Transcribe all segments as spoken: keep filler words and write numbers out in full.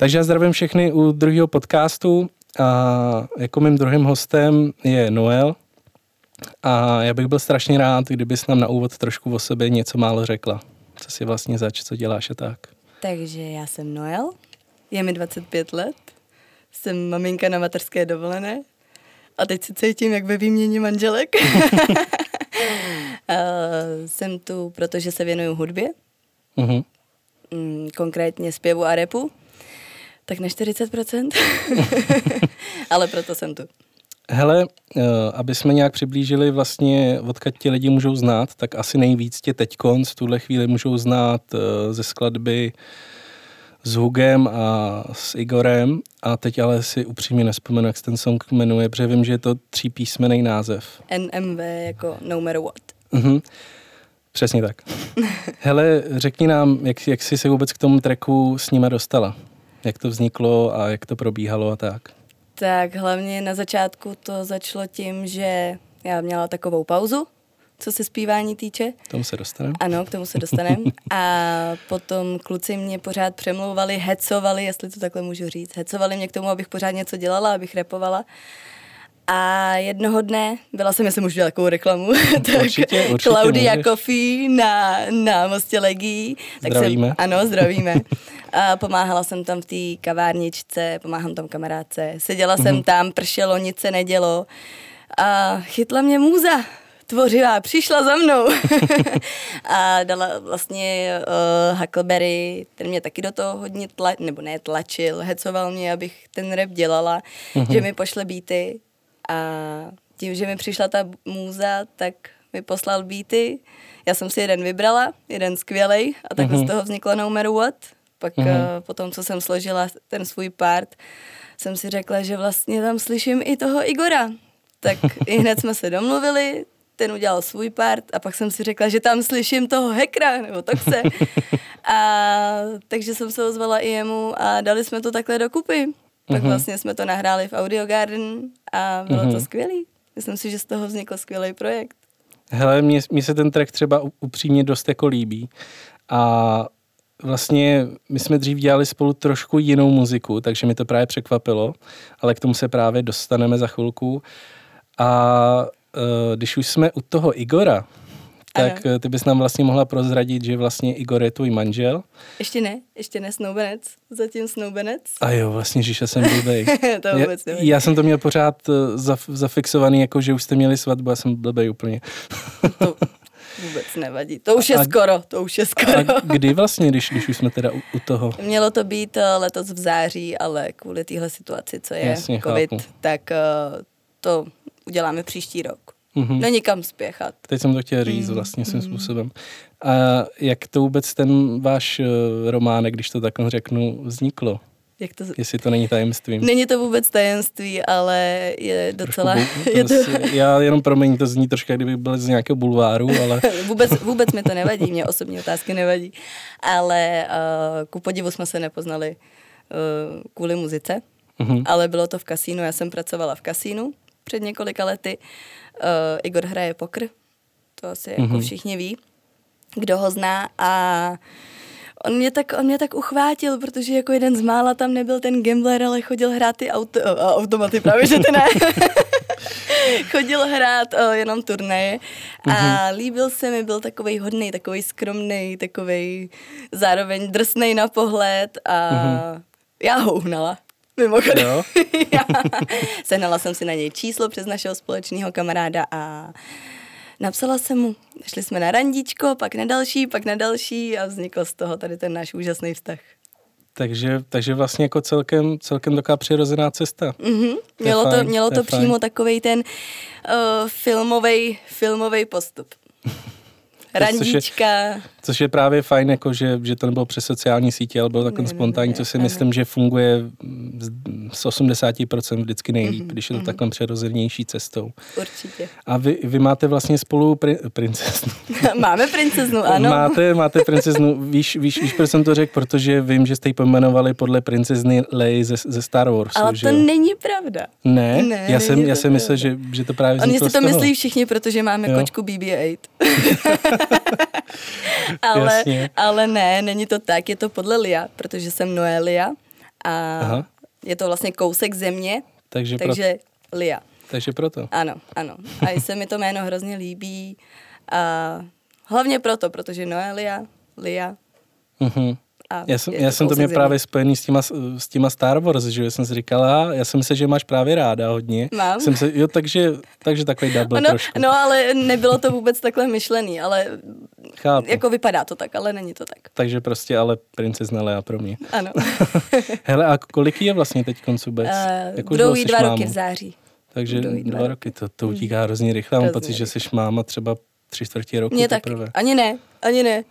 Takže já zdravím všechny u druhého podcastu a jako mým druhým hostem je Noel a já bych byl strašně rád, kdybys nám na úvod trošku o sobě něco málo řekla. Co jsi vlastně zač, co děláš a tak. Takže já jsem Noel, je mi dvacet pět let, jsem maminka na mateřské dovolené a teď se cítím jak ve výměně manželek. Jsem tu, protože se věnuju hudbě, uh-huh. konkrétně zpěvu a rapu, tak na čtyřicet procent, ale proto jsem tu. Hele, aby jsme nějak přiblížili vlastně, odkud ti lidi můžou znát, tak asi nejvíc tě teďkon v tuhle chvíli můžou znát ze skladby s Hugem a s Igorem a teď ale si upřímně nespomenu, jak se ten song jmenuje, protože vím, že je to třípísmený název. N M V jako No Matter What. Mhm. Přesně tak. Hele, řekni nám, jak, jak jsi se vůbec k tomu tracku s nima dostala? Jak to vzniklo a jak to probíhalo a tak? Tak hlavně na začátku to začalo tím, že já měla takovou pauzu, co se zpívání týče. K tomu se dostaneme. Ano, k tomu se dostaneme. A potom kluci mě pořád přemlouvali, hecovali, jestli to takhle můžu říct, hecovali mě k tomu, abych pořád něco dělala, abych rapovala. A jednoho dne, byla jsem, jestli můžu dělat takovou reklamu, tak určitě, určitě Claudia Coffee na, na Mostě Legií. Zdravíme. Jsem, ano, zdravíme. A pomáhala jsem tam v té kavárničce, pomáhám tam kamarádce. Seděla mm-hmm. jsem tam, pršelo, nic se nedělo. A chytla mě můza tvořivá, přišla za mnou. A dala vlastně uh, Huckleberry, ten mě taky do toho hodně tlačil, nebo ne tlačil, hecoval mě, abych ten rap dělala, mm-hmm. že mi pošle beaty. A tím, že mi přišla ta můza, tak mi poslal beaty. Já jsem si jeden vybrala, jeden skvělej a takhle mm-hmm. z toho vzniklo No Matter What. Pak mm-hmm. uh, potom, co jsem složila ten svůj part, jsem si řekla, že vlastně tam slyším i toho Igora. Tak i hned jsme se domluvili, ten udělal svůj part a pak jsem si řekla, že tam slyším toho hackera, nebo Toxe. A takže jsem se ozvala i jemu a dali jsme to takhle dokupy. Tak vlastně jsme to nahráli v Audio Garden a bylo mm-hmm. to skvělý. Myslím si, že z toho vznikl skvělý projekt. Hele, mně, mně se ten track třeba upřímně dost jako líbí. A vlastně my jsme dřív dělali spolu trošku jinou muziku, takže mi to právě překvapilo, ale k tomu se právě dostaneme za chvilku. A uh, když už jsme u toho Igora, tak ano. Ty bys nám vlastně mohla prozradit, že vlastně Igor je tvůj manžel. Ještě ne, ještě ne snoubenec, zatím snoubenec. A jo, vlastně, že jsem blbej. To vůbec já, já jsem to měl pořád zaf, zafixovaný, jako že už jste měli svatbu, já jsem blbej úplně. To vůbec nevadí, to už je a, skoro, to už je skoro. A kdy vlastně, když, když už jsme teda u, u toho? Mělo to být letos v září, ale kvůli téhle situaci, co je Jasně, covid, chápu. tak uh, to uděláme příští rok. Mm-hmm. Není kam spěchat. Teď jsem to chtěl říct mm-hmm. vlastně svým způsobem. A jak to vůbec ten váš uh, románek, když to takhle řeknu, vzniklo? Jak to... Jestli to není tajemstvím. Není to vůbec tajemství, ale je docela... Bu- je to... Já jenom promiň, to zní trošku, kdyby byl z nějakého bulváru, ale... vůbec, vůbec mi to nevadí, mě osobní otázky nevadí. Ale uh, ku podivu jsme se nepoznali uh, kvůli muzice, mm-hmm. ale bylo to v kasínu, já jsem pracovala v kasínu před několika lety. Uh, Igor hraje pokr, to asi mm-hmm. jako všichni ví, kdo ho zná a on mě, tak, on mě tak uchvátil, protože jako jeden z mála tam nebyl ten gambler, ale chodil hrát ty auto, uh, automaty, právě že ty ne. Chodil hrát uh, jenom turnaje a mm-hmm. líbil se mi, byl takovej hodnej, takovej skromnej, takovej zároveň drsnej na pohled a mm-hmm. já ho uhnala. Mimochodem. Sehnala jsem si na něj číslo přes našeho společného kamaráda a napsala jsem mu. Šli jsme na randíčko, pak na další, pak na další a vznikl z toho tady ten náš úžasný vztah. Takže, takže vlastně jako celkem, celkem taková přirozená cesta. Mm-hmm. To mělo to, fajn, mělo to, to přímo takovej ten uh, filmovej, filmovej postup. Randička. Což je, což je právě fajn, jako že, že to nebylo přes sociální sítě, ale bylo takový spontánní, co si ano. myslím, že funguje z osmdesát procent vždycky nejlíp, mm-hmm, když je to mm-hmm. takovým přirozenější cestou. Určitě. A vy, vy máte vlastně spolu pri, princeznu. Máme princeznu, ano. Máte, máte princeznu. Víš, víš, víš, proč jsem to řekl? Protože vím, že jste ji pojmenovali podle princezny Leia ze, ze Star Wars. Ale že to jo? není pravda. Ne? ne já jsem, já jsem myslel, že, že to právě Oni vzniklo si to z toho. myslí všichni, protože máme jo. kočku B B osm. ale, ale ne, není to tak, je to podle Lia, protože jsem Noelia a Aha. je to vlastně kousek země, Takže, takže pro... Lia. takže proto. Ano, ano. A i se mi to jméno hrozně líbí a hlavně proto, protože Noelia, Lia. Mhm. A Já jsem, já jsem to měl země. právě spojený s těma, s těma Star Wars, že jsem si říkala, já jsem myslel, že máš právě ráda hodně. Mám. Jsem se, jo, takže, takže takový double no, trošku. No, ale nebylo to vůbec takhle myšlený, ale Chápu. Jako vypadá to tak, ale není to tak. Takže prostě ale princezna Lea pro mě. Ano. Hele, a kolik je vlastně teď koncubec? Uh, Jak budou jí dva mámu? roky v září. Takže dva, dva roky, to, to utíká hrozně rychle. Mám pocit, že jsi máma třeba tři čtvrtě roku. Mně tak, ani ne, ani ne.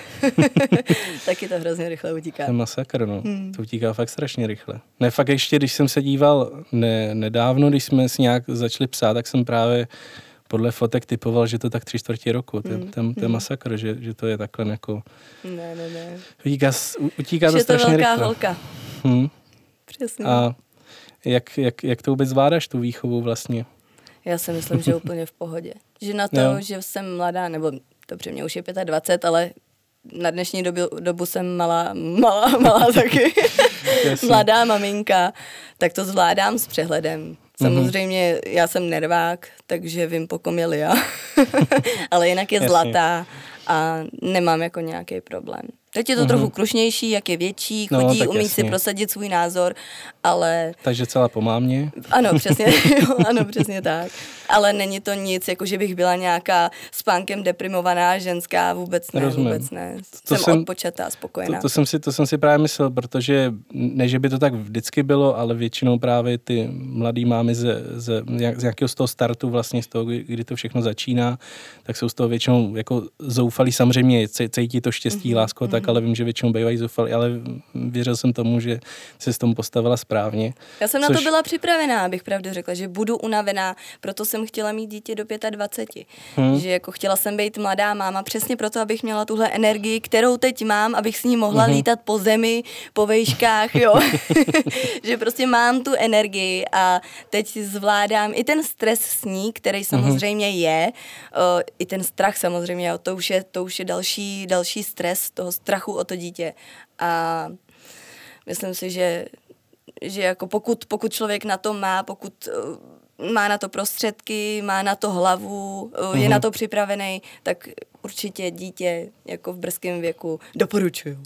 Taky to hrozně rychle utíká. To je masakr, no. Hmm. To utíká fakt strašně rychle. Ne, fakt ještě, když jsem se díval ne, nedávno, když jsme si nějak začali psát, tak jsem právě podle fotek typoval, že to tak tři čtvrtě roku. To, hmm. to, to je masakr, že, že to je takhle jako... Ne, ne, ne. Utíká, utíká to strašně rychle. Je to velká holka. Hmm. Přesně. A jak, jak, jak to vůbec zvládáš, tu výchovu vlastně? Já si myslím, že úplně v pohodě. Že na to, jo. že jsem mladá, nebo dobře, mě už je dvacet pět, ale na dnešní dobu, dobu jsem malá, malá, malá taky. Mladá maminka, tak to zvládám s přehledem. Samozřejmě mm-hmm. já jsem nervák, takže vím, po kom je Lia. Ale jinak je zlatá a nemám jako nějaký problém. Teď je to mm-hmm. trochu krušnější, jak je větší, chodí, no, umí jasně. si prosadit svůj názor, ale... Takže celá po mámě? Ano, přesně, jo, ano, přesně tak. Ale není to nic, jako že bych byla nějaká spánkem deprimovaná ženská, vůbec ne, Rozumím. vůbec ne. To jsem, jsem odpočatá, spokojená. To, to, jsem si, to jsem si právě myslel, protože ne, že by to tak vždycky bylo, ale většinou právě ty mladý mámy ze, ze, z nějakého z toho startu, vlastně z toho, kdy to všechno začíná, tak jsou z toho většinou jako zoufalí, samozřejmě cítí to štěstí, mm-hmm. lásko, tak, ale vím, že většinou bývají zoufalí, ale věřil jsem tomu, že se s tomu postavila správně. Já jsem což... na to byla připravená, abych pravdu řekla, že budu unavená, proto jsem chtěla mít dítě do dvacet pět. Hmm. Že jako chtěla jsem být mladá máma, přesně proto, abych měla tuhle energii, kterou teď mám, abych s ní mohla hmm. lítat po zemi, po vejškách, jo. Že prostě mám tu energii a teď zvládám i ten stres s ní, který samozřejmě hmm. je, uh, i ten strach samozřejmě, jo. To už je, to už je další, další stres toho strachu o to dítě. A myslím si, že, že jako pokud, pokud člověk na to má, pokud uh, má na to prostředky, má na to hlavu, uh, mm-hmm. je na to připravený, tak určitě dítě jako v brzkém věku doporučuju.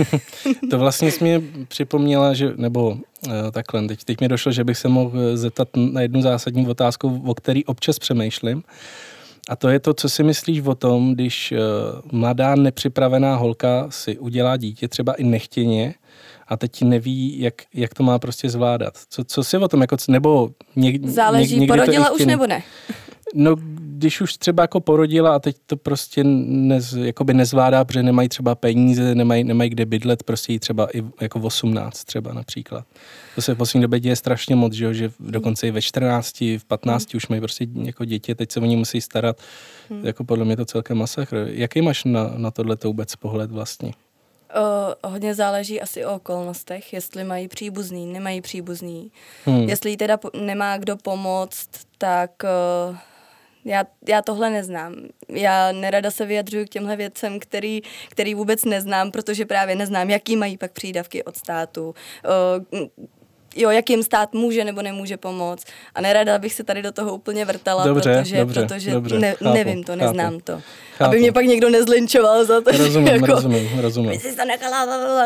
To vlastně jsi mě připomněla, že, nebo uh, takhle, teď, teď mi došlo, že bych se mohl zeptat na jednu zásadní otázku, o který občas přemýšlím. A to je to, co si myslíš o tom, když uh, mladá nepřipravená holka si udělá dítě, třeba i nechtěně, a teď neví, jak, jak to má prostě zvládat. Co, co si o tom, jako, nebo něk, záleží, něk, porodila už nebo ne? No, když už třeba jako porodila a teď to prostě nez, jakoby nezvládá, protože nemají třeba peníze, nemají, nemají kde bydlet, prostě jí třeba i jako osmnáct třeba například. To se v poslední době děje strašně moc, že, že dokonce i ve čtrnácti, v patnácti hmm. už mají prostě jako děti, teď se o ně musí starat. Hmm. Jako podle mě to celkem masakr. Jaký máš na, na tohleto vůbec pohled vlastně? O, hodně záleží asi o okolnostech, jestli mají příbuzný, nemají příbuzný. Hmm. Jestli jí teda po, nemá kdo pomoct, tak uh, já, já tohle neznám. Já nerada se vyjadřuju k těmhle věcem, který, který vůbec neznám, protože právě neznám, jaký mají pak přídavky od státu, uh, jo, jak jim stát může nebo nemůže pomoct. A nerada bych se tady do toho úplně vrtala, dobře, protože, dobře, protože dobře, ne, chápu, nevím to, neznám chápu, to. Chápu. Aby mě pak někdo nezlinčoval za to. Rozumím, jako, rozumím, rozumím. Jsi to nechala.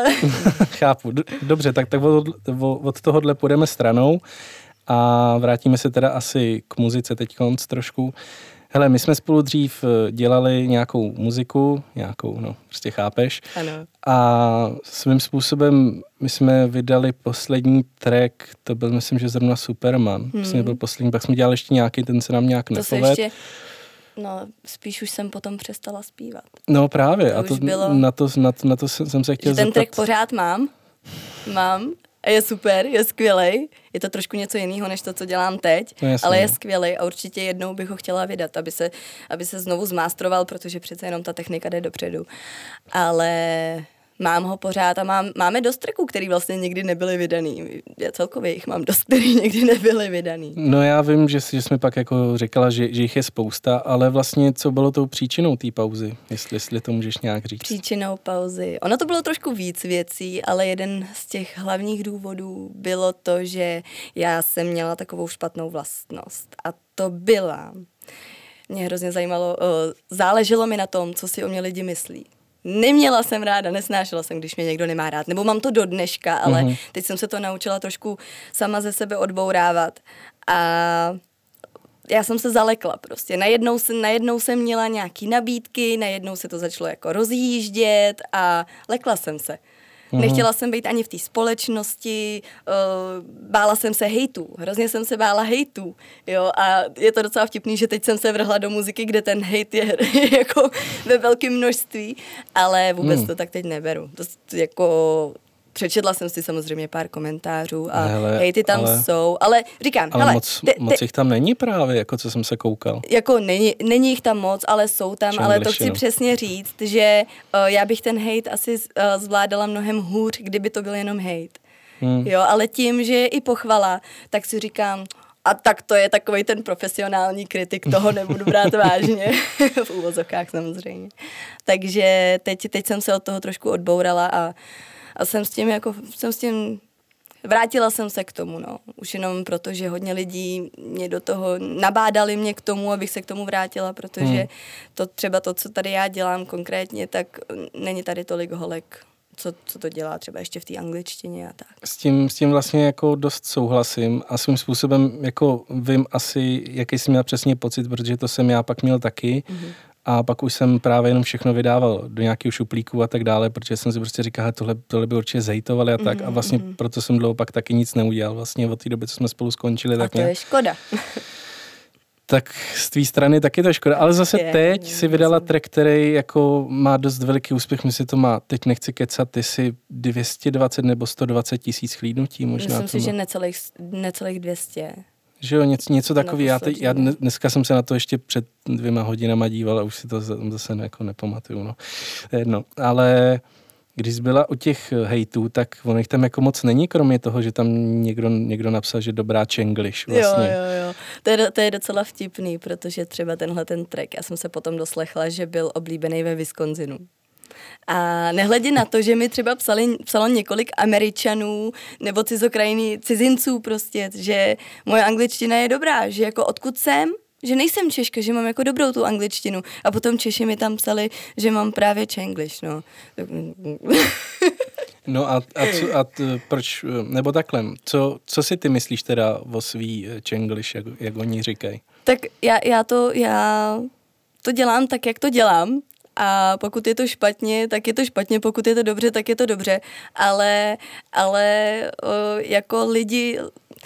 Chápu. Dobře, tak, tak od, od tohohle půjdeme stranou a vrátíme se teda asi k muzice teď konc trošku. Hele, my jsme spolu dřív dělali nějakou muziku, nějakou, no, prostě chápeš. Ano. A svým způsobem my jsme vydali poslední track, to byl, myslím, že zrovna Superman. Hmm. Myslím, byl poslední, pak jsme dělali ještě nějaký, ten se nám nějak nepovedl. Ještě... No, spíš už jsem potom přestala zpívat. No právě, to a to, bylo... na, to, na, to, na to jsem se chtěl že ten zeptat. track pořád mám, mám, a je super, je skvělej. Je to trošku něco jiného, než to, co dělám teď, no, jasně, ale je skvělej a určitě jednou bych ho chtěla vydat, aby se, aby se znovu zmástroval, protože přece jenom ta technika jde dopředu. Ale mám ho pořád a mám, máme dost tracků, který vlastně nikdy nebyly vydaný. Já celkově jich mám dost, který nikdy nebyly vydaný. No já vím, že, že jsme pak jako říkala, že, že jich je spousta, ale vlastně co bylo tou příčinou té pauzy, jestli, jestli to můžeš nějak říct. Příčinou pauzy. Ono to bylo trošku víc věcí, ale jeden z těch hlavních důvodů bylo to, že já jsem měla takovou špatnou vlastnost a to byla. Mě hrozně zajímalo, záleželo mi na tom, co si o mě lidi myslí. Neměla jsem ráda, nesnášela jsem, když mě někdo nemá rád. Nebo mám to do dneška, ale mm-hmm. teď jsem se to naučila trošku sama ze sebe odbourávat. A já jsem se zalekla prostě. Najednou jsem, najednou jsem měla nějaký nabídky, najednou se to začalo jako rozjíždět a lekla jsem se. Uhum. Nechtěla jsem být ani v té společnosti, uh, bála jsem se hejtů, hrozně jsem se bála hejtů, jo, a je to docela vtipný, že teď jsem se vrhla do muziky, kde ten hejt je jako ve velkém množství, ale vůbec hmm. to tak teď neberu, to jako... Přečetla jsem si samozřejmě pár komentářů a hele, hejty tam ale, jsou, ale říkám, ale hele. moc, te, te, moc jich tam není právě, jako co jsem se koukal. Jako není, není jich tam moc, ale jsou tam, Čem ale to chci přesně říct, že uh, já bych ten hejt asi uh, zvládala mnohem hůř, kdyby to byl jenom hejt. Hmm. Jo, ale tím, že je i pochvala, tak si říkám, a tak to je takovej ten profesionální kritik, toho nebudu brát vážně, v úvozovkách samozřejmě. Takže teď, teď jsem se od toho trošku odbourala a A jsem s tím jako, jsem s tím, vrátila jsem se k tomu, no. Už jenom proto, že hodně lidí mě do toho, nabádali mě k tomu, abych se k tomu vrátila, protože hmm. to třeba to, co tady já dělám konkrétně, tak není tady tolik holek, co, co to dělá třeba ještě v té angličtině a tak. S tím, s tím vlastně jako dost souhlasím a svým způsobem jako vím asi, jaký jsi měl přesně pocit, protože to jsem já pak měl taky. Hmm. A pak už jsem právě jenom všechno vydával do nějakého šuplíku a tak dále, protože jsem si prostě říkal, tohle, tohle by určitě zhejtovali a tak. Mm-hmm. A vlastně proto jsem dlouho pak taky nic neudělal. Vlastně od té doby, co jsme spolu skončili. A tak to mě... je škoda. Tak z tvý strany taky to je škoda. Ale zase je, teď je, si vydala track, který jako má dost veliký úspěch. Myslím, to má, teď nechci kecat, ty si dvě stě dvacet nebo sto dvacet tisíc chlídnutí možná. Myslím si, že necelých, necelých dvě stě. Že jo, něco, něco takový. Já, te, já dneska jsem se na to ještě před dvěma hodinama díval a už si to zase jako nepamatuju. No. No, ale když jsi byla u těch hejtů, tak on jich tam jako moc není, kromě toho, že tam někdo, někdo napsal, že dobrá Čenglish vlastně. Jo, jo, jo. To je, to je docela vtipný, protože třeba tenhle ten track, já jsem se potom doslechla, že byl oblíbený ve Wisconsinu. A nehledě na to, že mi třeba psali, psalo několik Američanů nebo cizokrajní cizinců prostě, že moje angličtina je dobrá, že jako odkud jsem, že nejsem Češka, že mám jako dobrou tu angličtinu. A potom Češi mi tam psali, že mám právě Čenglish, no. No a, a, co, a t, proč, nebo takhle, co, co si ty myslíš teda o svý Čenglish, jak, jak oni říkají? Tak já, já, to, já to dělám tak, jak to dělám. A pokud je to špatně, tak je to špatně, pokud je to dobře, tak je to dobře. Ale, ale o, jako lidi,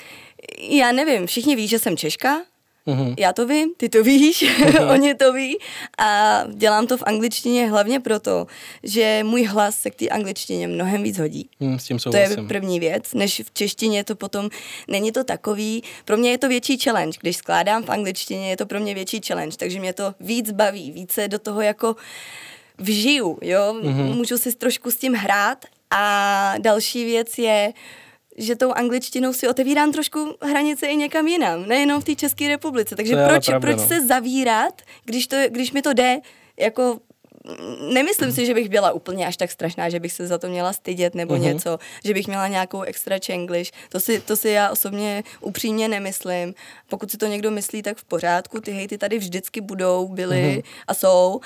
já nevím, všichni ví, že jsem Češka, uhum. Já to vím, ty to víš, oni to ví a dělám to v angličtině hlavně proto, že můj hlas se k té angličtině mnohem víc hodí. Hmm, s tím to je první věc, než v češtině to potom není to takový, pro mě je to větší challenge, když skládám v angličtině, je to pro mě větší challenge, takže mě to víc baví, více do toho jako vžiju, jo, uhum. Můžu si trošku s tím hrát a další věc je, že tou angličtinou si otevírám trošku hranice i někam jinam, nejenom v té České republice. Takže proč, pravda, proč no. se zavírat, když, to, když mi to jde, jako nemyslím si, že bych byla úplně až tak strašná, že bych se za to měla stydět nebo uh-huh. něco, že bych měla nějakou extra Čenglish. To si, to si já osobně upřímně nemyslím. Pokud si to někdo myslí, tak v pořádku, ty hejty tady vždycky budou, byly uh-huh. a jsou,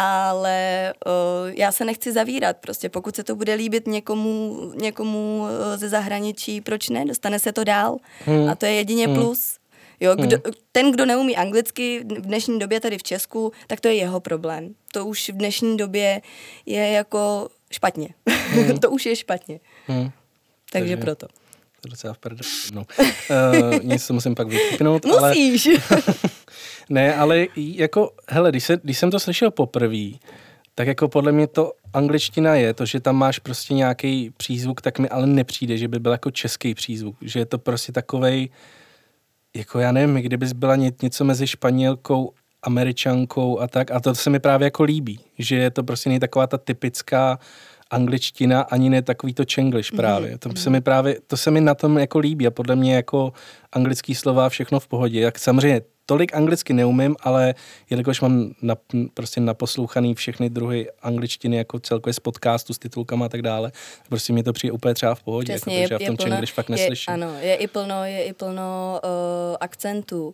ale uh, já se nechci zavírat prostě. Pokud se to bude líbit někomu, někomu uh, ze zahraničí, proč ne? Dostane se to dál uh-huh. a to je jedině uh-huh. plus. Jo, kdo, hmm. ten, kdo neumí anglicky v dnešní době tady v Česku, tak to je jeho problém. To už v dnešní době je jako špatně. Hmm. To už je špatně. Hmm. Takže, Takže proto. To je docela v prdě. No. uh, nic to musím pak vypnout. Musíš. Ale, ne, ale jako, hele, když, se, když jsem to slyšel poprvé, tak jako podle mě to angličtina je, to, že tam máš prostě nějaký přízvuk, tak mi ale nepřijde, že by byl jako český přízvuk. Že je to prostě takovej, jako já nevím, kdybys byla něco mezi Španělkou, Američankou a tak, a to se mi právě jako líbí, že je to prostě nej taková ta typická angličtina, ani ne takový to čenglish právě. To se mi právě, to se mi na tom jako líbí a podle mě jako anglický slova všechno v pohodě. Jak samozřejmě tolik anglicky neumím, ale jelikož mám na, prostě naposlouchaný všechny druhy angličtiny jako celkově z podcastu, s titulkama a tak dále, prostě mi to přijde úplně třeba v pohodě, Přesně, jako, je, protože já v tom plno, čenglish fakt je, neslyším. Ano, je i plno, je i plno uh, akcentů.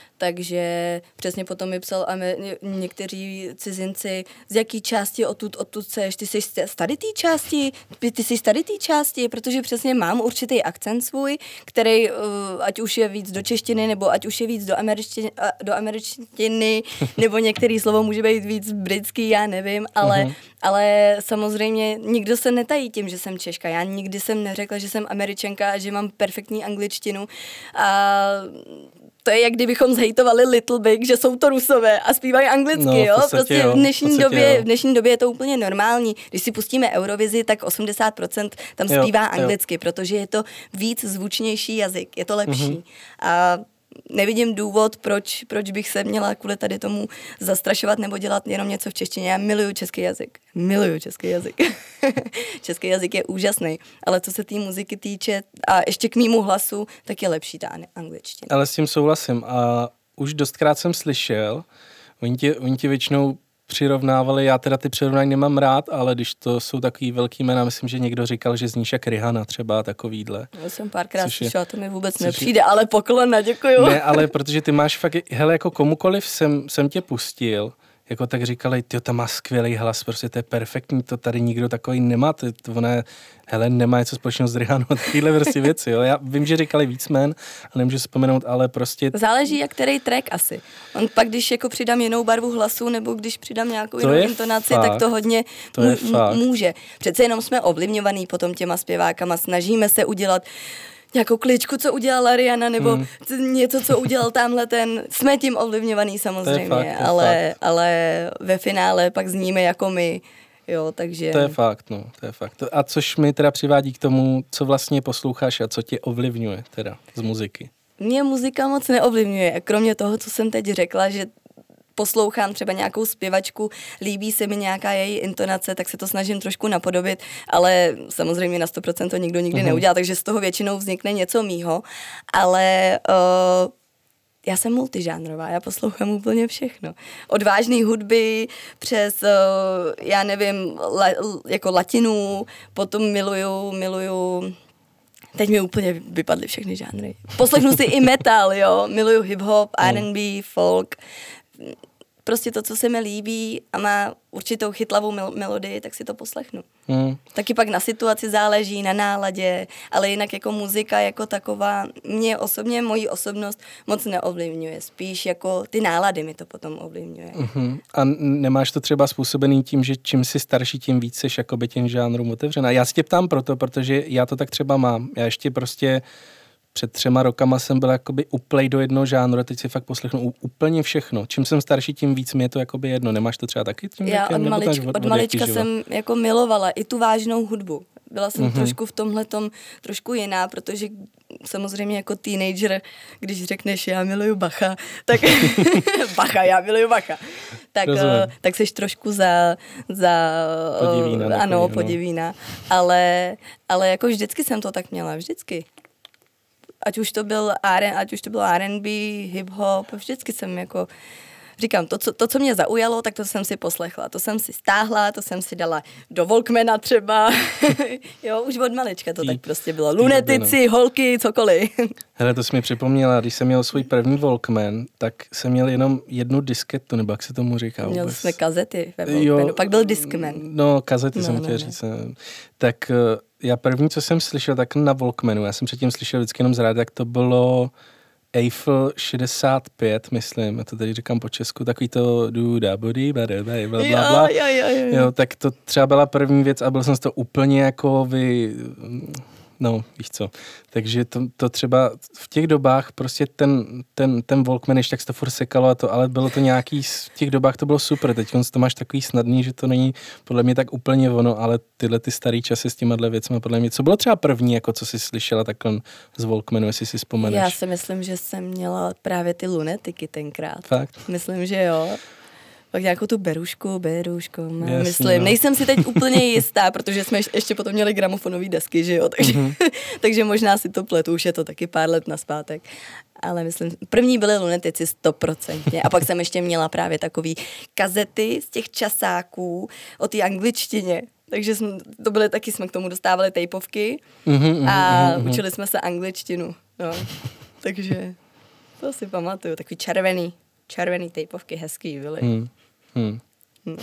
Takže přesně potom mi psal Amer- někteří cizinci, z jaký části odtud, odtud seš, ty jsi z tady té části, ty jsi z tady té části, protože přesně mám určitý akcent svůj, který, uh, ať už je víc do češtiny, nebo ať už je víc do američtiny, uh, do američtiny nebo některý slovo může být víc britský, já nevím, ale, uh-huh. ale samozřejmě nikdo se netají tím, že jsem Češka. Já nikdy jsem neřekla, že jsem Američanka a že mám perfektní angličtinu a to je, jak kdybychom zhejtovali Little Big, že jsou to Rusové a zpívají anglicky, no, jo? Prostě jo, v dnešní, v době, jo. v dnešní době je to úplně normální. Když si pustíme Eurovizi, tak osmdesát procent tam jo, zpívá anglicky, jo. protože je to víc zvučnější jazyk, je to lepší. Mm-hmm. A nevidím důvod, proč, proč bych se měla kvůli tady tomu zastrašovat nebo dělat jenom něco v češtině. Já miluju český jazyk. Miluju český jazyk. Český jazyk je úžasný, ale co se té muziky týče a ještě k mému hlasu, tak je lepší ta angličtina. Ale s tím souhlasím a už dostkrát jsem slyšel, oni ti, oni ti většinou přirovnávali, já teda ty přirovnání nemám rád, ale když to jsou takový velký jména, myslím, že někdo říkal, že zníš jak Rihanna třeba takovýhle. Já jsem párkrát slyšela, to mi vůbec je, nepřijde, ale poklona, děkuju. Ne, ale protože ty máš fakt, hele, jako komukoliv jsem, jsem tě pustil, jako tak říkali, tyjo, tam má skvělý hlas, prostě to je perfektní, to tady nikdo takový nemá, to, to ona, hele, nemá něco společného s Rihannou, takovýhle prostě věci, jo. Já vím, že říkali víc jmen, a nemůžu vzpomenout, ale prostě... Záleží, jak který track asi. On pak, když jako přidám jinou barvu hlasu, nebo když přidám nějakou to jinou je intonaci, fakt, tak to hodně to je m- fakt. může. Přece jenom jsme ovlivňovaný potom těma zpěvákama, snažíme se udělat nějakou kličku, co udělala Rihanna, nebo mm. něco, co udělal tamhle ten. Jsme tím ovlivňovaný samozřejmě, to je fakt, to je ale, fakt. ale ve finále pak zníme jako my. Jo, takže... To je fakt, no, to je fakt. A což mi teda přivádí k tomu, co vlastně posloucháš a co tě ovlivňuje teda z muziky. Mě muzika moc neovlivňuje, kromě toho, co jsem teď řekla, že poslouchám třeba nějakou zpěvačku, líbí se mi nějaká její intonace, tak se to snažím trošku napodobit, ale samozřejmě na sto procent to nikdo nikdy uh-huh. neudělá, takže z toho většinou vznikne něco mýho, ale uh, já jsem multižánrová, já poslouchám úplně všechno. Od vážné hudby přes, uh, já nevím, la, jako latinu, potom miluju, miluju teď mi úplně vypadly všechny žánry. Poslechnu si i metal, jo, miluju hip-hop, R and B, folk, prostě to, co se mi líbí a má určitou chytlavou mel- melodii, tak si to poslechnu. Hmm. Taky pak na situaci záleží, na náladě, ale jinak jako muzika jako taková, mě osobně, moji osobnost moc neovlivňuje, spíš jako ty nálady mi to potom ovlivňuje. Uh-huh. A nemáš to třeba způsobený tím, že čím jsi starší, tím víc jsi jakoby těm žánrům otevřená? Já se tě ptám proto, protože já to tak třeba mám. Já ještě prostě před třema rokama jsem byl jakoby uplej do jednoho žánru a teď si fakt poslechnu úplně všechno. Čím jsem starší, tím víc mi je to jakoby jedno. Nemáš to třeba taky tím Já věkem, od, malička, od, od malička jsem jako milovala i tu vážnou hudbu. Byla jsem uh-huh. trošku v tomhletom trošku jiná, protože samozřejmě jako teenager, když řekneš já miluju Bacha, tak Bacha, já miluju Bacha, tak, uh, tak seš trošku za, za podivína, uh, ano, takový, podivína, no. ale, ale jako vždycky jsem to tak měla, vždycky. Ať už to byl R, ať už to bylo R and B, hip-hop, vždycky jsem jako, říkám, to co, to, co mě zaujalo, tak to jsem si poslechla, to jsem si stáhla, to jsem si dala do Walkmana třeba, jo, už od malička to tý, tak prostě bylo, lunetici, no. holky, cokoliv. Hele, to jsi mi připomněla, když jsem měl svůj první Walkman, tak jsem měl jenom jednu disketu, nebo jak se tomu říká Měl vůbec. jsme kazety ve Walkmanu, pak byl Discman. No, kazety no, jsem no, chtěl no. říct. Tak já první, co jsem slyšel, tak na Walkmanu, já jsem předtím slyšel vždycky jenom z rádia, tak to bylo Eiffel šedesát pět, myslím, já to tady říkám po česku, takový to duda body, bla, bla, bla, bla. Jo, jo, jo, jo. Jo, tak to třeba byla první věc a byl jsem z toho úplně jako vy... No, víš co. Takže to, to třeba v těch dobách prostě ten, ten, ten Walkman ještě tak se to furt sekalo a to, ale bylo to nějaký, v těch dobách to bylo super. Teď to máš takový snadný, že to není podle mě tak úplně ono, ale tyhle ty starý časy s těma věcmi podle mě. Co bylo třeba první, jako co jsi slyšela takhle z Walkmanu, jestli si vzpomeneš? Já si myslím, že jsem měla právě ty lunetiky tenkrát. Fakt? Myslím, že jo. pak nějakou tu berušku, beruško, mám, Jasný, myslím. no. Nejsem si teď úplně jistá, protože jsme ještě potom měli gramofonové desky, že jo, takže, mm-hmm. takže možná si to pletu, už je to taky pár let naspátek. Ale myslím, první byly Lunetici stoprocentně a pak jsem ještě měla právě takový kazety z těch časáků o té angličtině. Takže jsme, to byly taky, jsme k tomu dostávali tejpovky mm-hmm, a mm-hmm. učili jsme se angličtinu. No. Takže to si pamatuju, takový červený, červený tejpovky hezký byly. Hmm. Hmm. Hmm.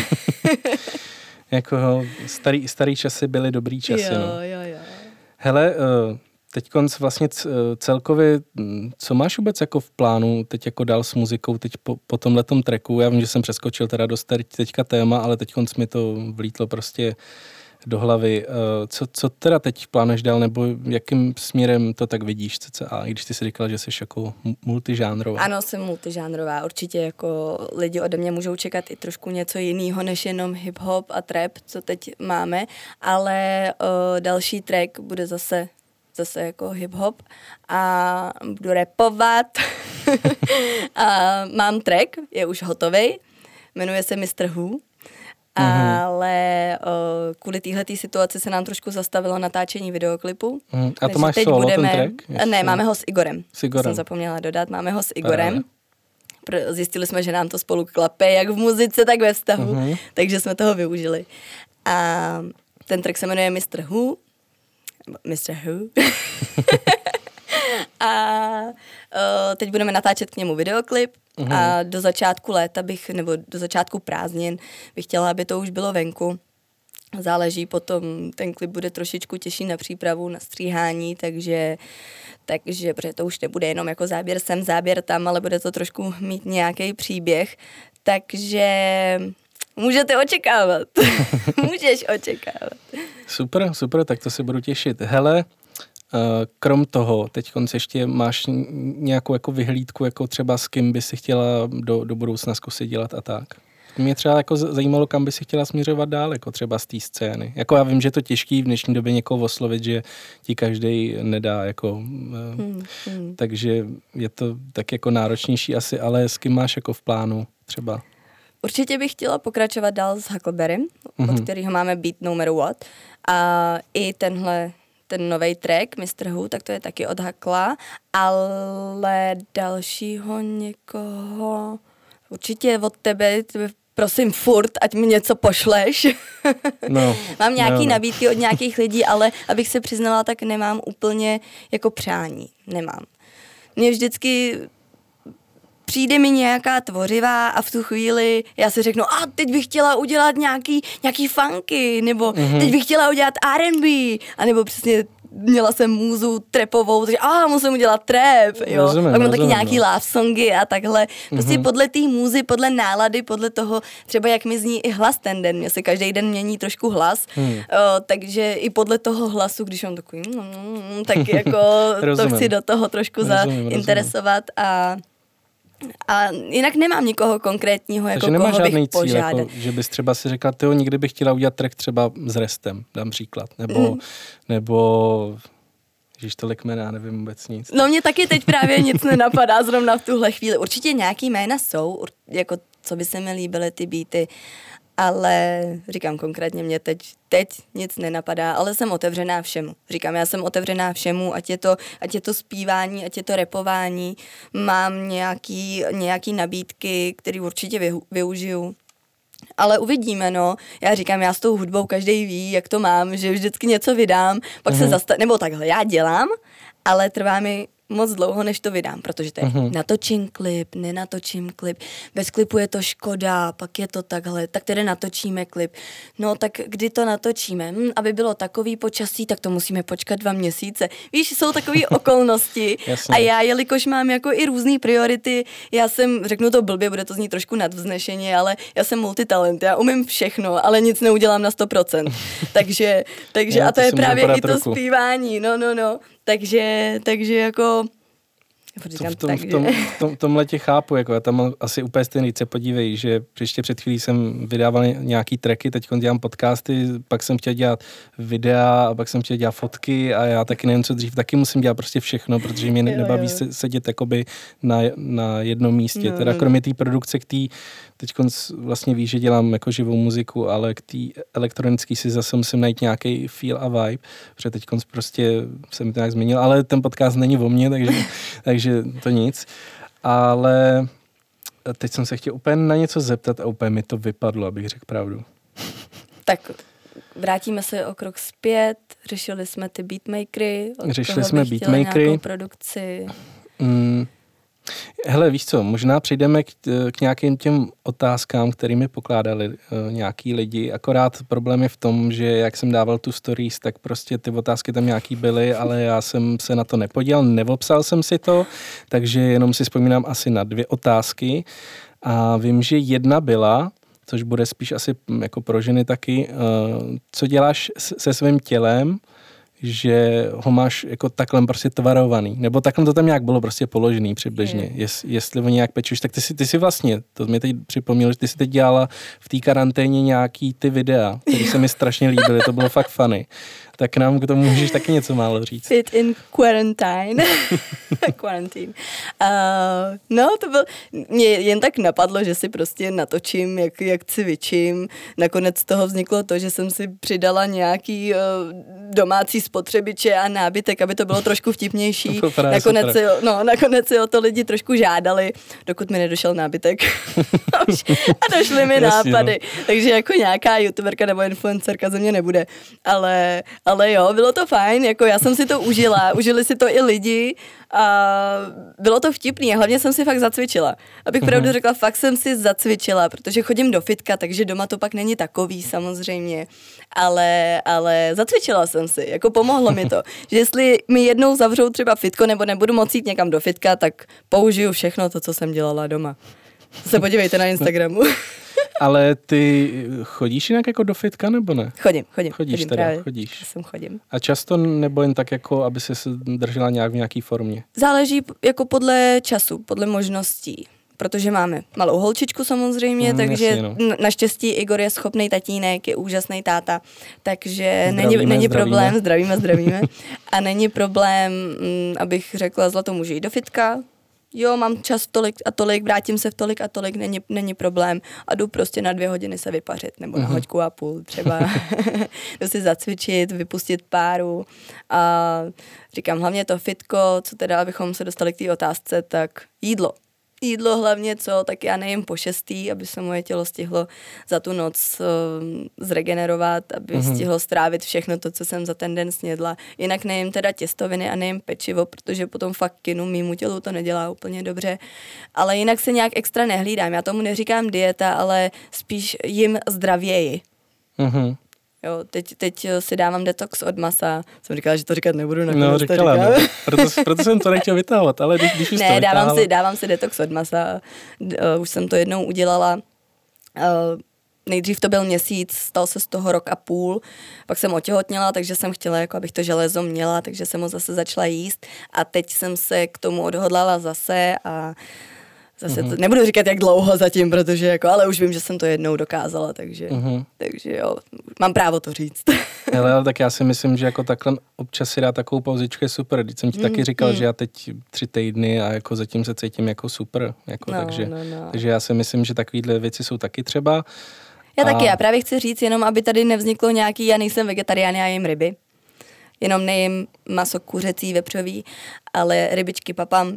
Jako starý, starý časy byly dobrý časy. Jo, no. jo, jo. Hele, teď konc vlastně celkově, co máš vůbec jako v plánu teď jako dál s muzikou, teď po, po tomhletom tracku? Já vím, že jsem přeskočil teda dost teďka téma, ale teď konc mi to vlítlo prostě do hlavy. Co, co teda teď plánuješ dál, nebo jakým směrem to tak vidíš cca, i když ty si říkala, že jsi jako multižánrová? Ano, jsem multižánrová. Určitě jako lidi ode mě můžou čekat i trošku něco jiného, než jenom hip-hop a trap, co teď máme, ale o, další track bude zase zase jako hip-hop a budu rapovat a mám track, je už hotovej, jmenuje se mister Who, mm-hmm. ale o, kvůli téhletý situaci se nám trošku zastavilo natáčení videoklipu. Mm. A to máš solo, budeme, ten track? Jestli... Ne, máme ho s Igorem. S Igorem. Jsem zapomněla dodat, máme ho s Igorem. Právě. Zjistili jsme, že nám to spolu klape, jak v muzice, tak ve vztahu, mm-hmm. takže jsme toho využili. A ten track se jmenuje mister Who, mister Who. A o, teď budeme natáčet k němu videoklip uhum. A do začátku léta bych, nebo do začátku prázdnin bych chtěla, aby to už bylo venku. Záleží potom, ten klip bude trošičku těžší na přípravu, na stříhání, takže, takže protože to už nebude jenom jako záběr sem, záběr tam, ale bude to trošku mít nějaký příběh, takže můžete očekávat. Můžeš očekávat. Super, super, tak to se budu těšit. Hele, krom toho, teď konce ještě máš nějakou jako vyhlídku, jako třeba s kým by si chtěla do, do budoucna zkusit dělat a tak? Mě třeba jako zajímalo, kam by si chtěla směřovat dál, jako třeba z té scény. Jako já vím, že je to těžký v dnešní době někoho oslovit, že ti každej nedá, jako, hmm, hmm. takže je to tak jako náročnější asi, ale s kým máš jako v plánu třeba? Určitě bych chtěla pokračovat dál s Huckleberrym, mm-hmm. od kterého máme Beat No Matter What. A i tenhle, ten novej track, mister Who, tak to je taky od Huckla, ale dalšího někoho, určitě od tebe, tebe prosím furt, ať mi něco pošleš. No, mám nějaký no, no. nabídky od nějakých lidí, ale abych se přiznala, tak nemám úplně jako přání. Nemám. Mě vždycky přijde mi nějaká tvořivá a v tu chvíli já si řeknu, a teď bych chtěla udělat nějaký, nějaký funky, nebo mm-hmm. teď bych chtěla udělat R and B, anebo přesně měla jsem můzu trapovou, takže a musím udělat trap, jo. Rozumím, pak mám taky nějaký no. love songy a takhle. Prostě mm-hmm. podle té můzy, podle nálady, podle toho, třeba jak mi zní i hlas ten den. Mně se každý den mění trošku hlas, mm. o, takže i podle toho hlasu, když mám takový, mm, tak jako to chci do toho trošku zainteresovat a A jinak nemám nikoho konkrétního, jako takže koho bych cíl, požádal. Jako, že bys třeba si řekla, tyjo, nikdy bych chtěla udělat track třeba s Restem, dám příklad, nebo, mm. nebo ježiš, tolik jména, nevím vůbec nic. No mě taky teď právě nic nenapadá zrovna v tuhle chvíli. Určitě nějaký jména jsou, jako co by se mi líbily ty beaty, ale říkám konkrétně, mě teď, teď nic nenapadá, ale jsem otevřená všemu. Říkám, já jsem otevřená všemu, ať je to, ať je to zpívání, ať je to rapování, mám nějaký, nějaký nabídky, které určitě vy, využiju. Ale uvidíme, no. Já říkám, já s tou hudbou každý ví, jak to mám, že vždycky něco vydám, pak mm-hmm. se zastav... Nebo takhle, já dělám, ale trvá mi moc dlouho, než to vydám, protože to je mm-hmm. natočím klip, nenatočím klip, bez klipu je to škoda, pak je to takhle, tak tedy natočíme klip. No tak kdy to natočíme? Hm, aby bylo takový počasí, tak to musíme počkat dva měsíce. Víš, jsou takové okolnosti a já, jelikož mám jako i různý priority, já jsem, řeknu to blbě, bude to znít trošku nadvznešeně, ale já jsem multitalent, já umím všechno, ale nic neudělám na sto procent. takže, takže já, a to, to je právě i to zpívání, no, no, no. Takže, takže jako Říkám, v, tom, tak, v, tom, v tom, tomhle tě chápu, jako já tam mám asi úplně stejný, se podívej, že ještě před chvílí jsem vydával nějaký tracky, teď dělám podcasty, pak jsem chtěl dělat videa a pak jsem chtěl dělat fotky a já taky nevím, co dřív, taky musím dělat prostě všechno, protože mě nebaví se, sedět jakoby na, na jednom místě, no, teda kromě té produkce, k té, teď vlastně víš, že dělám jako živou muziku, ale k té elektronické si zase musím najít nějaký feel a vibe, protože teď prostě se mi to nějak změnil, ale ten podcast není o mně, takže, takže to nic. Ale teď jsem se chtěl úplně na něco zeptat a úplně mi to vypadlo, abych řekl pravdu. Tak vrátíme se o krok zpět, řešili jsme ty beatmakery, řešili jsme beatmakery, produkci. Mm. Hele, víš co, možná přijdeme k, k nějakým těm otázkám, které mi pokládali uh, nějaký lidi, akorát problém je v tom, že jak jsem dával tu stories, tak prostě ty otázky tam nějaký byly, ale já jsem se na to nepodíval, nevopsal jsem si to, takže jenom si vzpomínám asi na dvě otázky a vím, že jedna byla, což bude spíš asi jako pro ženy taky, uh, co děláš se svým tělem, že ho máš jako takhle prostě tvarovaný, nebo takhle to tam nějak bylo prostě položený přibližně, mm. Jest, jestli ho nějak pečeš, tak ty si, ty si vlastně, to mi teď připomnělo, že ty si teď dělala v té karanténě nějaký ty videa, které se mi strašně líbily, to bylo fakt funny. Tak nám k tomu můžeš taky něco málo říct. Fit in quarantine. Quarantine. Uh, no, to byl, mě jen tak napadlo, že si prostě natočím, jak, jak cvičím. Nakonec z toho vzniklo to, že jsem si přidala nějaký uh, domácí spotřebiče a nábytek, aby to bylo trošku vtipnější. To nakonec, si, no, nakonec si o to lidi trošku žádali, dokud mi nedošel nábytek. A došly mi Jasně, nápady. No. Takže jako nějaká youtuberka nebo influencerka ze mě nebude. Ale Ale jo, bylo to fajn, jako já jsem si to užila, užili si to i lidi a bylo to vtipný a hlavně jsem si fakt zacvičila. Abych pravdu mm-hmm. řekla, fakt jsem si zacvičila, protože chodím do fitka, takže doma to pak není takový samozřejmě, ale, ale zacvičila jsem si, jako pomohlo mi to, že jestli mi jednou zavřou třeba fitko nebo nebudu moct jít někam do fitka, tak použiju všechno to, co jsem dělala doma. Se podívejte na Instagramu. Ale ty chodíš jinak jako do fitka, nebo ne? Chodím, chodím. Chodíš chodím, teda, právě. chodíš. Já jsem chodím. A často nebo jen tak jako, aby se držela nějak v nějaký formě? Záleží jako podle času, podle možností. Protože máme malou holčičku samozřejmě, mm, takže jasně, no. Naštěstí Igor je schopný tatínek, je úžasný táta, takže zdravíme, není, není zdravíme. problém, zdravíme, zdravíme. A není problém, m, abych řekla, zlato může jít do fitka, jo, mám čas tolik a tolik, vrátím se v tolik a tolik, není, není problém a jdu prostě na dvě hodiny se vypařit, nebo na hoďku a půl třeba. Jdu si zacvičit, vypustit páru a říkám, hlavně to fitko, co teda, abychom se dostali k té otázce, tak jídlo. Jídlo hlavně co, tak já nejím po šestý, aby se moje tělo stihlo za tu noc uh, zregenerovat, aby mm-hmm. stihlo strávit všechno to, co jsem za ten den snědla. Jinak nejím teda těstoviny a nejím pečivo, protože potom fakt kinu mýmu tělu to nedělá úplně dobře. Ale jinak se nějak extra nehlídám. Já tomu neříkám dieta, ale spíš jim zdravěji. Mm-hmm. Jo, teď, teď si dávám detox od masa. Jsem říkala, že to říkat nebudu. No, říkala, no. Proto, proto jsem to nechtěl vytávat, ale když, když už ne, to vytáhla... dávám si, dávám si detox od masa. Uh, už jsem to jednou udělala. Uh, nejdřív to byl měsíc, stal se z toho rok a půl. Pak jsem otěhotněla, takže jsem chtěla, jako abych to železo měla, takže jsem ho zase začala jíst. A teď jsem se k tomu odhodlala zase a Zase to, nebudu říkat, jak dlouho zatím, protože jako, ale už vím, že jsem to jednou dokázala, takže, uh-huh. takže jo, mám právo to říct. Hele, ale tak já si myslím, že jako takhle občas si dá takovou pauzičku je super. Když jsem ti mm, taky říkal, mm. že já teď tři týdny a jako zatím se cítím jako super. Jako, no, takže, no, no. takže já si myslím, že takovýhle věci jsou taky třeba. Já a... taky, já právě chci říct jenom, aby tady nevzniklo nějaký, já nejsem vegetarián, já jim ryby. Jenom nejím maso kuřecí, vepřový, ale rybičky papám.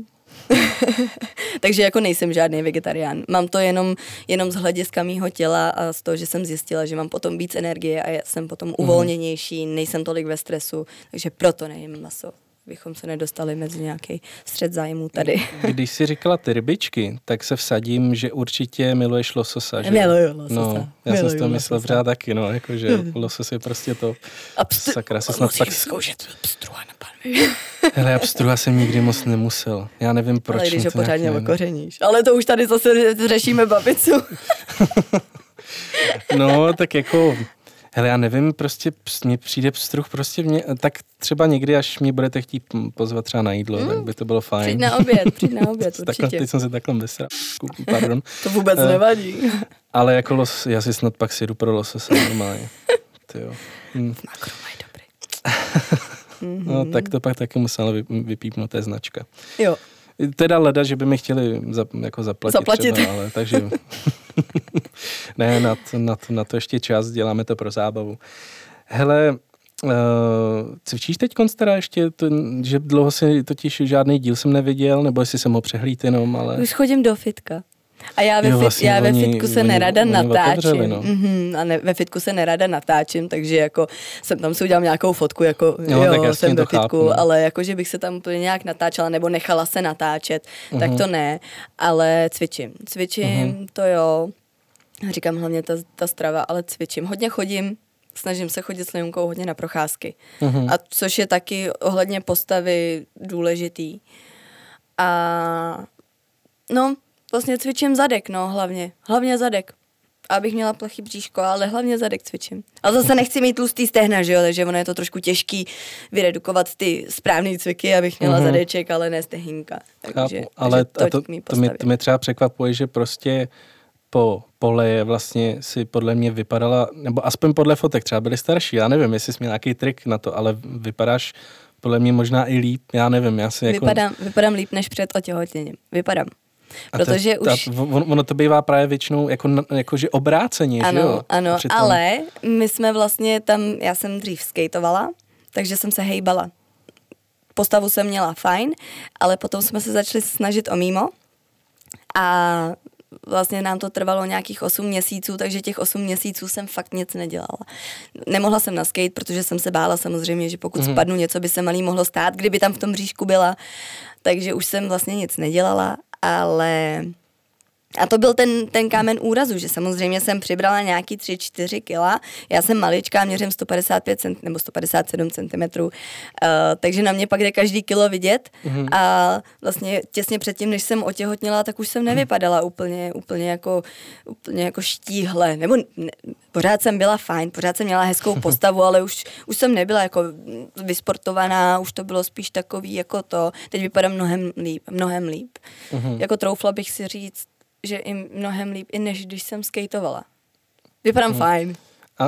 Takže jako nejsem žádný vegetarián. Mám to jenom, jenom z hlediska mýho těla a z toho, že jsem zjistila, že mám potom víc energie a jsem potom uvolněnější, nejsem tolik ve stresu, takže proto nejím maso. Bychom se nedostali mezi nějaký střed zájmů tady. Když jsi říkala ty rybičky, tak se vsadím, že určitě miluješ lososa, že? Miluju lososa. No, já Miluju jsem to myslel pořád taky, no, jakože losos je prostě to. A pstru, sakra, se snad tak... zkoušet pstruha na panvi. Hele, já pstruha jsem nikdy moc nemusel. Já nevím, proč. Ale když ho pořádně okořeníš. Ale to už tady zase řešíme babicu. No, tak jako... Hele, já nevím, prostě mně přijde pstruh, prostě mě, tak třeba někdy, až mě budete chtít pozvat třeba na jídlo, mm. tak by to bylo fajn. Přijď na oběd, přijď na oběd, určitě. Takhle, teď jsem se takhle vysral, pardon. To vůbec uh, nevadí. Ale jako los, já si snad pak si jdu pro lososa normálně. Tyjo. Hm. V Makru mají dobrý. No, tak to pak taky musela vypípnout, to je značka. Jo. Teda leda, že by mi chtěli za, jako zaplatit, zaplatit. Třeba, ale takže ne, na to, na, to, na to ještě čas, děláme to pro zábavu. Hele, uh, cvičíš teď teda ještě, to, že dlouho si totiž žádný díl jsem neviděl, nebo jestli jsem ho přehlíd jenom, ale... Už chodím do fitka. A já ve, jo, fit, vlastně já ve oni, fitku se oni, nerada oni natáčím. No. Mm-hmm, a ne, ve fitku se nerada natáčím, takže jako jsem tam si udělal nějakou fotku, jako jo, jo jsem ve fitku, chápu, no. Ale jako, že bych se tam úplně nějak natáčela nebo nechala se natáčet, uh-huh. tak to ne, ale cvičím. Cvičím, uh-huh. to jo. Říkám hlavně ta, ta strava, ale cvičím. Hodně chodím, snažím se chodit s Leonkou hodně na procházky. Uh-huh. A což je taky ohledně postavy důležitý. A no, vlastně cvičím zadek, no, hlavně. Hlavně zadek. Abych měla plachý bříško, ale hlavně zadek cvičím. A zase nechci mít tlustý stehna, že jo, takže ono je to trošku těžký vyredukovat ty správné cviky, abych měla mm-hmm. zadeček, ale ne stehínka. Takže, Chápu, ale takže to, to, to, mě, to mě třeba překvapuje, že prostě po pole vlastně si podle mě vypadala, nebo aspoň podle fotek, třeba byli starší, já nevím, jestli jsi měl nějaký trik na to, ale vypadáš podle mě možná i líp, já nevím, já si jako... Vypadám, vypadám líp než před otěhotněním, vypadám. A protože to, už... Ta, ono to bývá právě většinou jako, jako že obráceně, ano, že jo? Ano, Přitom... ale my jsme vlastně tam, já jsem dřív skejtovala, takže jsem se hejbala. Postavu jsem měla fajn, ale potom jsme se začali snažit o mimo a vlastně nám to trvalo nějakých osm měsíců, takže těch osm měsíců jsem fakt nic nedělala. Nemohla jsem na skate, protože jsem se bála samozřejmě, že pokud mm-hmm. spadnu, něco by se malý mohlo stát, kdyby tam v tom bříšku byla, takže už jsem vlastně nic nedělala. Ale a to byl ten, ten kámen úrazu, že samozřejmě jsem přibrala nějaký tři čtyři kila. Já jsem maličká, měřím sto padesát pět centimetrů nebo sto padesát sedm centimetrů, uh, takže na mě pak jde každý kilo vidět. Mm-hmm. A vlastně těsně předtím, než jsem otěhotněla, tak už jsem nevypadala úplně, úplně, jako, úplně jako štíhle. Nebo ne, pořád jsem byla fajn, pořád jsem měla hezkou postavu, ale už, už jsem nebyla jako vysportovaná, už to bylo spíš takový jako to. Teď vypadám mnohem líp, mnohem líp. Mm-hmm. Jako troufla bych si říct, že i mnohem líp, i než když jsem skejtovala. Vypadám hmm. fajn. A...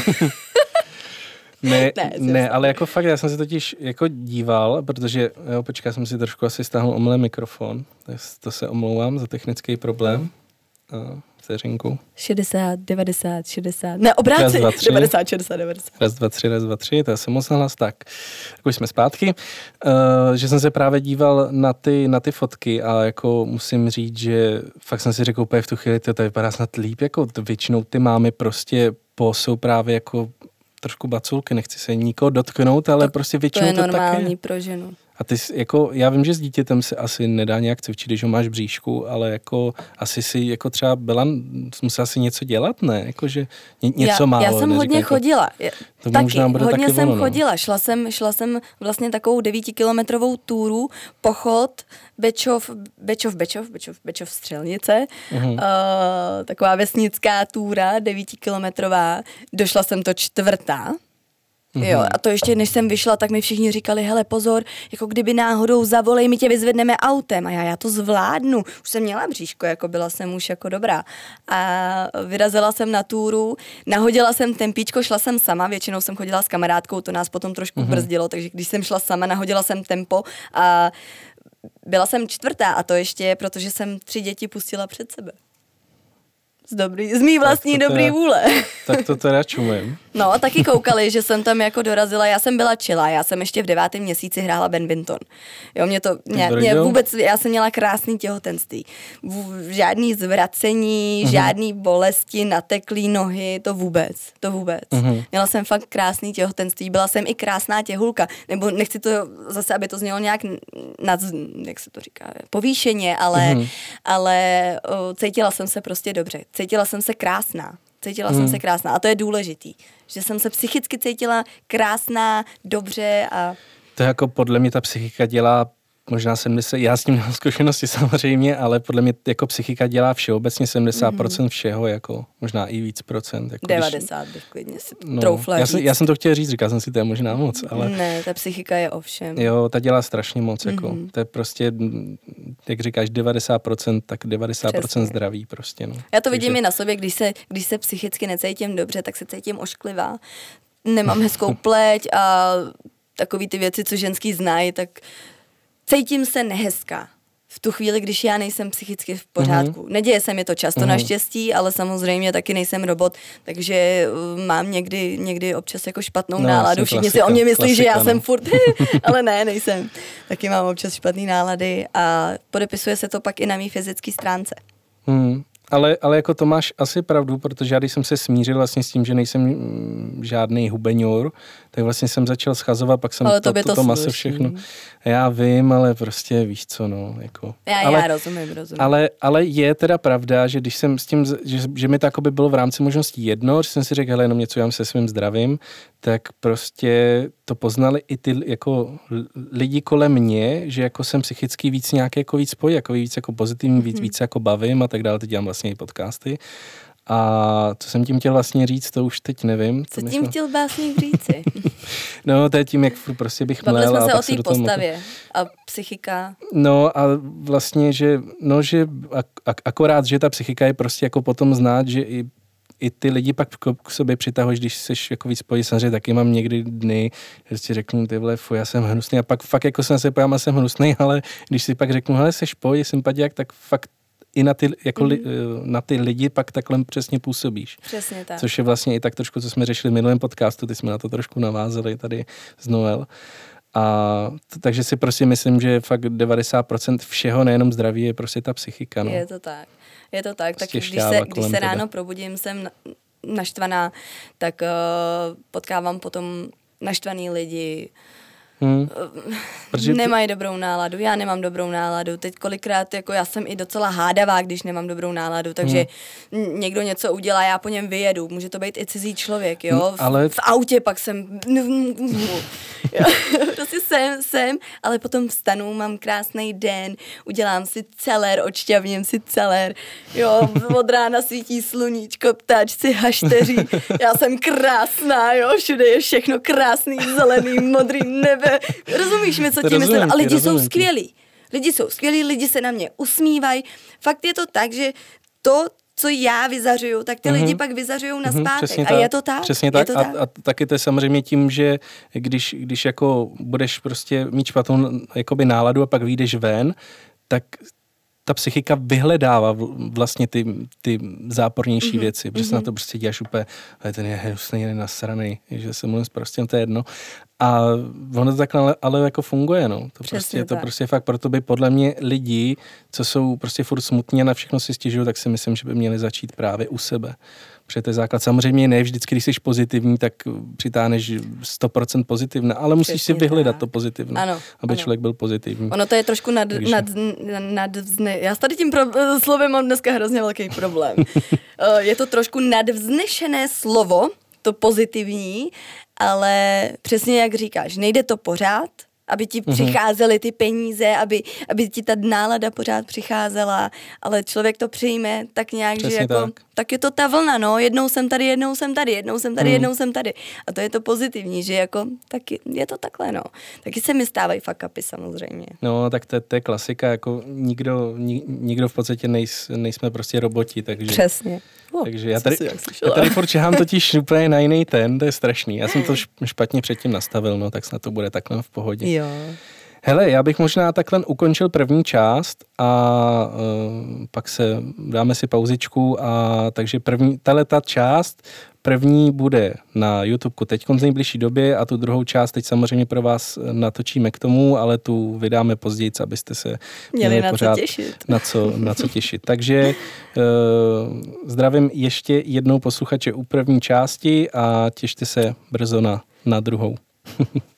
ne, ne, ne ale jako fakt, já jsem se totiž jako díval, protože, jo, počkej, jsem si trošku asi stáhl omylem mikrofon, to se omlouvám za technický problém. A vteřinku. šedesát, devadesát, šedesát, ne, obráceně, devadesát, šedesát, devadesát. Raz, dva, tři, raz, dva, tři, to je jsem moc nahlas, tak. Tak už jsme zpátky. Uh, že jsem se právě díval na ty, na ty fotky a jako musím říct, že fakt jsem si řekl úplně v tu chvíli, to tady vypadá snad líp, jako většinou ty mámy prostě po jsou právě jako trošku baculky, nechci se nikoho dotknout, ale to, prostě většinou to, to tak je. To je normální tak pro ženu. A ty jako, já vím, že s dítětem se asi nedá nějak cvičit, když ho máš v bříšku, ale jako asi si jako třeba byla, musela si něco dělat, ne? Jako, že ně, něco já, málo. Já jsem hodně jako, chodila. To taky, hodně taky jsem ono, chodila. No. Šla jsem, šla jsem vlastně takovou devítikilometrovou túru, pochod, Bečov, Bečov, Bečov, Bečov, Bečov Střelnice, uh-huh. uh, taková vesnická túra, devítikilometrová. Došla jsem to čtvrtá. Jo, a to ještě, než jsem vyšla, tak mi všichni říkali, hele, pozor, jako kdyby náhodou zavolej, my tě vyzvedneme autem. A já, já to zvládnu. Už jsem měla bříško, jako byla jsem už jako dobrá. A vyrazila jsem na túru, nahodila jsem tempíčko, šla jsem sama, většinou jsem chodila s kamarádkou, to nás potom trošku mm-hmm. brzdilo, takže když jsem šla sama, nahodila jsem tempo a byla jsem čtvrtá, a to ještě, protože jsem tři děti pustila před sebe. Z, dobrý, z mý vlastní dobrý teda, vůle. Tak to teda čumím. No, taky koukali, že jsem tam jako dorazila, já jsem byla chilla, já jsem ještě v devátém měsíci hrála badminton. Jo, mě to, mě, mě vůbec, já jsem měla krásný těhotenství. V, žádný zvracení, uh-huh. žádný bolesti, nateklý nohy, to vůbec, to vůbec. Uh-huh. Měla jsem fakt krásný těhotenství, byla jsem i krásná těhulka, nebo nechci to zase, aby to znělo nějak nad, jak se to říká, povýšeně, ale, uh-huh. ale o, cítila jsem se prostě dobře. Cítila jsem se krásná. Cítila hmm. jsem se krásná. A to je důležitý. Že jsem se psychicky cítila krásná, dobře a... To je jako podle mě ta psychika dělá možná sedmdesát, já s tím mám zkušenosti samozřejmě, ale podle mě jako psychika dělá všeobecně sedmdesát procent všeho, jako možná i víc procent. Jako devadesát bych klidně si no, troufla já říct. jsem, já jsem to chtěl říct, říkal jsem si, to je možná moc, ale... Ne, ta psychika je o všem. Jo, ta dělá strašně moc, jako. Mm-hmm. To je prostě, jak říkáš, devadesát procent, tak devadesát procent Přesně. Zdraví prostě, no. Já to vidím Takže... i na sobě, když se, když se psychicky necítím dobře, tak se cítím ošklivá. Nemám hezkou pleť a takový ty věci, co ženský znají, tak cítím se nehezká. V tu chvíli, když já nejsem psychicky v pořádku. Mm-hmm. Neděje se mi to často mm-hmm. naštěstí, ale samozřejmě taky nejsem robot, takže mám někdy, někdy občas jako špatnou no, náladu. Všichni klasika, si o mě myslí, klasika, že já no. jsem furt, ale ne, nejsem. Taky mám občas špatný nálady a podepisuje se to pak i na mý fyzické stránce. Mm. Ale, ale jako to máš asi pravdu, protože já když jsem se smířil vlastně s tím, že nejsem žádný hubeňor, tak vlastně jsem začal schazovat, pak jsem ale to, to, to, to maso všechno. Já vím, ale prostě víš co, no. Jako. Já, ale, já rozumím, rozumím. Ale, ale je teda pravda, že když jsem s tím, že, že mi to jako by bylo v rámci možností jedno, že jsem si řekl, hele, jenom něco já se svým zdravím, tak prostě to poznali i ty jako lidi kolem mě, že jako jsem psychicky víc nějaký jako víc spojí, jako víc jako pozitivní, víc, mm-hmm. víc jako bavím a tak dále, teď dělám vlastně i podcasty. A co jsem tím chtěl vlastně říct, to už teď nevím. Co tím jsme... chtěl básník říci? No, to je tím, jak prostě bych mlel. Bavili jsme se o té postavě a psychika. No a vlastně, že, no, že ak- akorát, že ta psychika je prostě jako potom znát, že i i ty lidi pak k sobě přitahuješ, když jsi jako víc spojí, samozřejmě taky mám někdy dny, že si řeknu, ty vole, fuj, já jsem hnusný a pak fakt jako jsem se pojám a jsem hnusný, ale když si pak řeknu, hele, seš poj, sympatiák, tak fakt i na ty, jako mm. li, na ty lidi pak takhle přesně působíš. Přesně tak. Což je vlastně i tak trošku, co jsme řešili v minulém podcastu, ty jsme na to trošku navázali tady z Noel. A t- takže si prostě myslím, že fakt devadesát procent všeho, nejenom zdraví, je prostě ta psychika. No. Je to tak. Je to tak. Tak když se, když se ráno probudím, jsem naštvaná, tak uh, potkávám potom naštvaný lidi, Hmm. Nemají dobrou náladu, já nemám dobrou náladu. Teď kolikrát, jako já jsem i docela hádavá, když nemám dobrou náladu, takže hmm. někdo něco udělá, já po něm vyjedu. Může to být i cizí člověk, jo? V, ale... v autě pak jsem... prostě jsem, jsem, ale potom vstanu, mám krásný den, udělám si celer, odšťavním si celer, jo, od rána svítí sluníčko, ptáčci hašteří, já jsem krásná, jo, všude je všechno krásný, zelený, modrý nebe. Rozumíš mi, co tím myslím? A lidi jsou skvělí. Lidi jsou skvělí, lidi se na mě usmívají. Fakt je to tak, že to, co já vyzařuju, tak ty mm-hmm. lidi pak vyzařují na zpátek. Mm-hmm, a tak, je to tak. Přesně tak. A, tak. A taky to je samozřejmě tím, že když, když jako budeš prostě mít špatnou jakoby náladu a pak vyjdeš ven, tak ta psychika vyhledává vlastně ty, ty zápornější mm-hmm. věci, protože mm-hmm. se na to prostě děláš úplně, ale ten je hnusný, nasranej, že se mluvím prostě, to je jedno. A ono to takhle ale, ale jako funguje, no. To prostě, to prostě fakt, proto by podle mě lidi, co jsou prostě furt smutní a na všechno si stěžují, tak si myslím, že by měli začít právě u sebe. Protože to je základ. Samozřejmě ne vždycky, když jsi pozitivní, tak přitáhneš sto procent pozitivna, ale musíš Přesně si vyhledat tak. to pozitivní, ano, aby ano. člověk byl pozitivní. Ono to je trošku nad, nad, nad vzne... Já tady tím pro, slovem mám dneska hrozně velký problém. Je to trošku nadvznešené slovo, to pozitivní, ale přesně jak říkáš, nejde to pořád, aby ti přicházely ty peníze, aby, aby ti ta nálada pořád přicházela, ale člověk to přijme tak nějak, Přesně že jako, tak. tak je to ta vlna, no, jednou jsem tady, jednou jsem tady, jednou jsem tady, mm. jednou jsem tady. A to je to pozitivní, že jako, taky je to takhle, no. Taky se mi stávají fuck-upy samozřejmě. No, tak to, to je klasika, jako nikdo, ni, nikdo v podstatě nejs, nejsme prostě roboti, takže... Přesně. Oh, takže já tady, já tady furt čehám totiž úplně na jiný ten, to je strašný. Já jsem to špatně předtím nastavil, no, tak snad to bude takhle v pohodě. Jo. Hele, já bych možná takhle ukončil první část a uh, pak se dáme si pauzičku a takže první, tato část první bude na YouTubeku teď v nejbližší době a tu druhou část teď samozřejmě pro vás natočíme k tomu, ale tu vydáme později, abyste se měli, měli na pořád co těšit. Na co, na co těšit. Takže uh, zdravím ještě jednou posluchače u první části a těšte se brzo na, na druhou.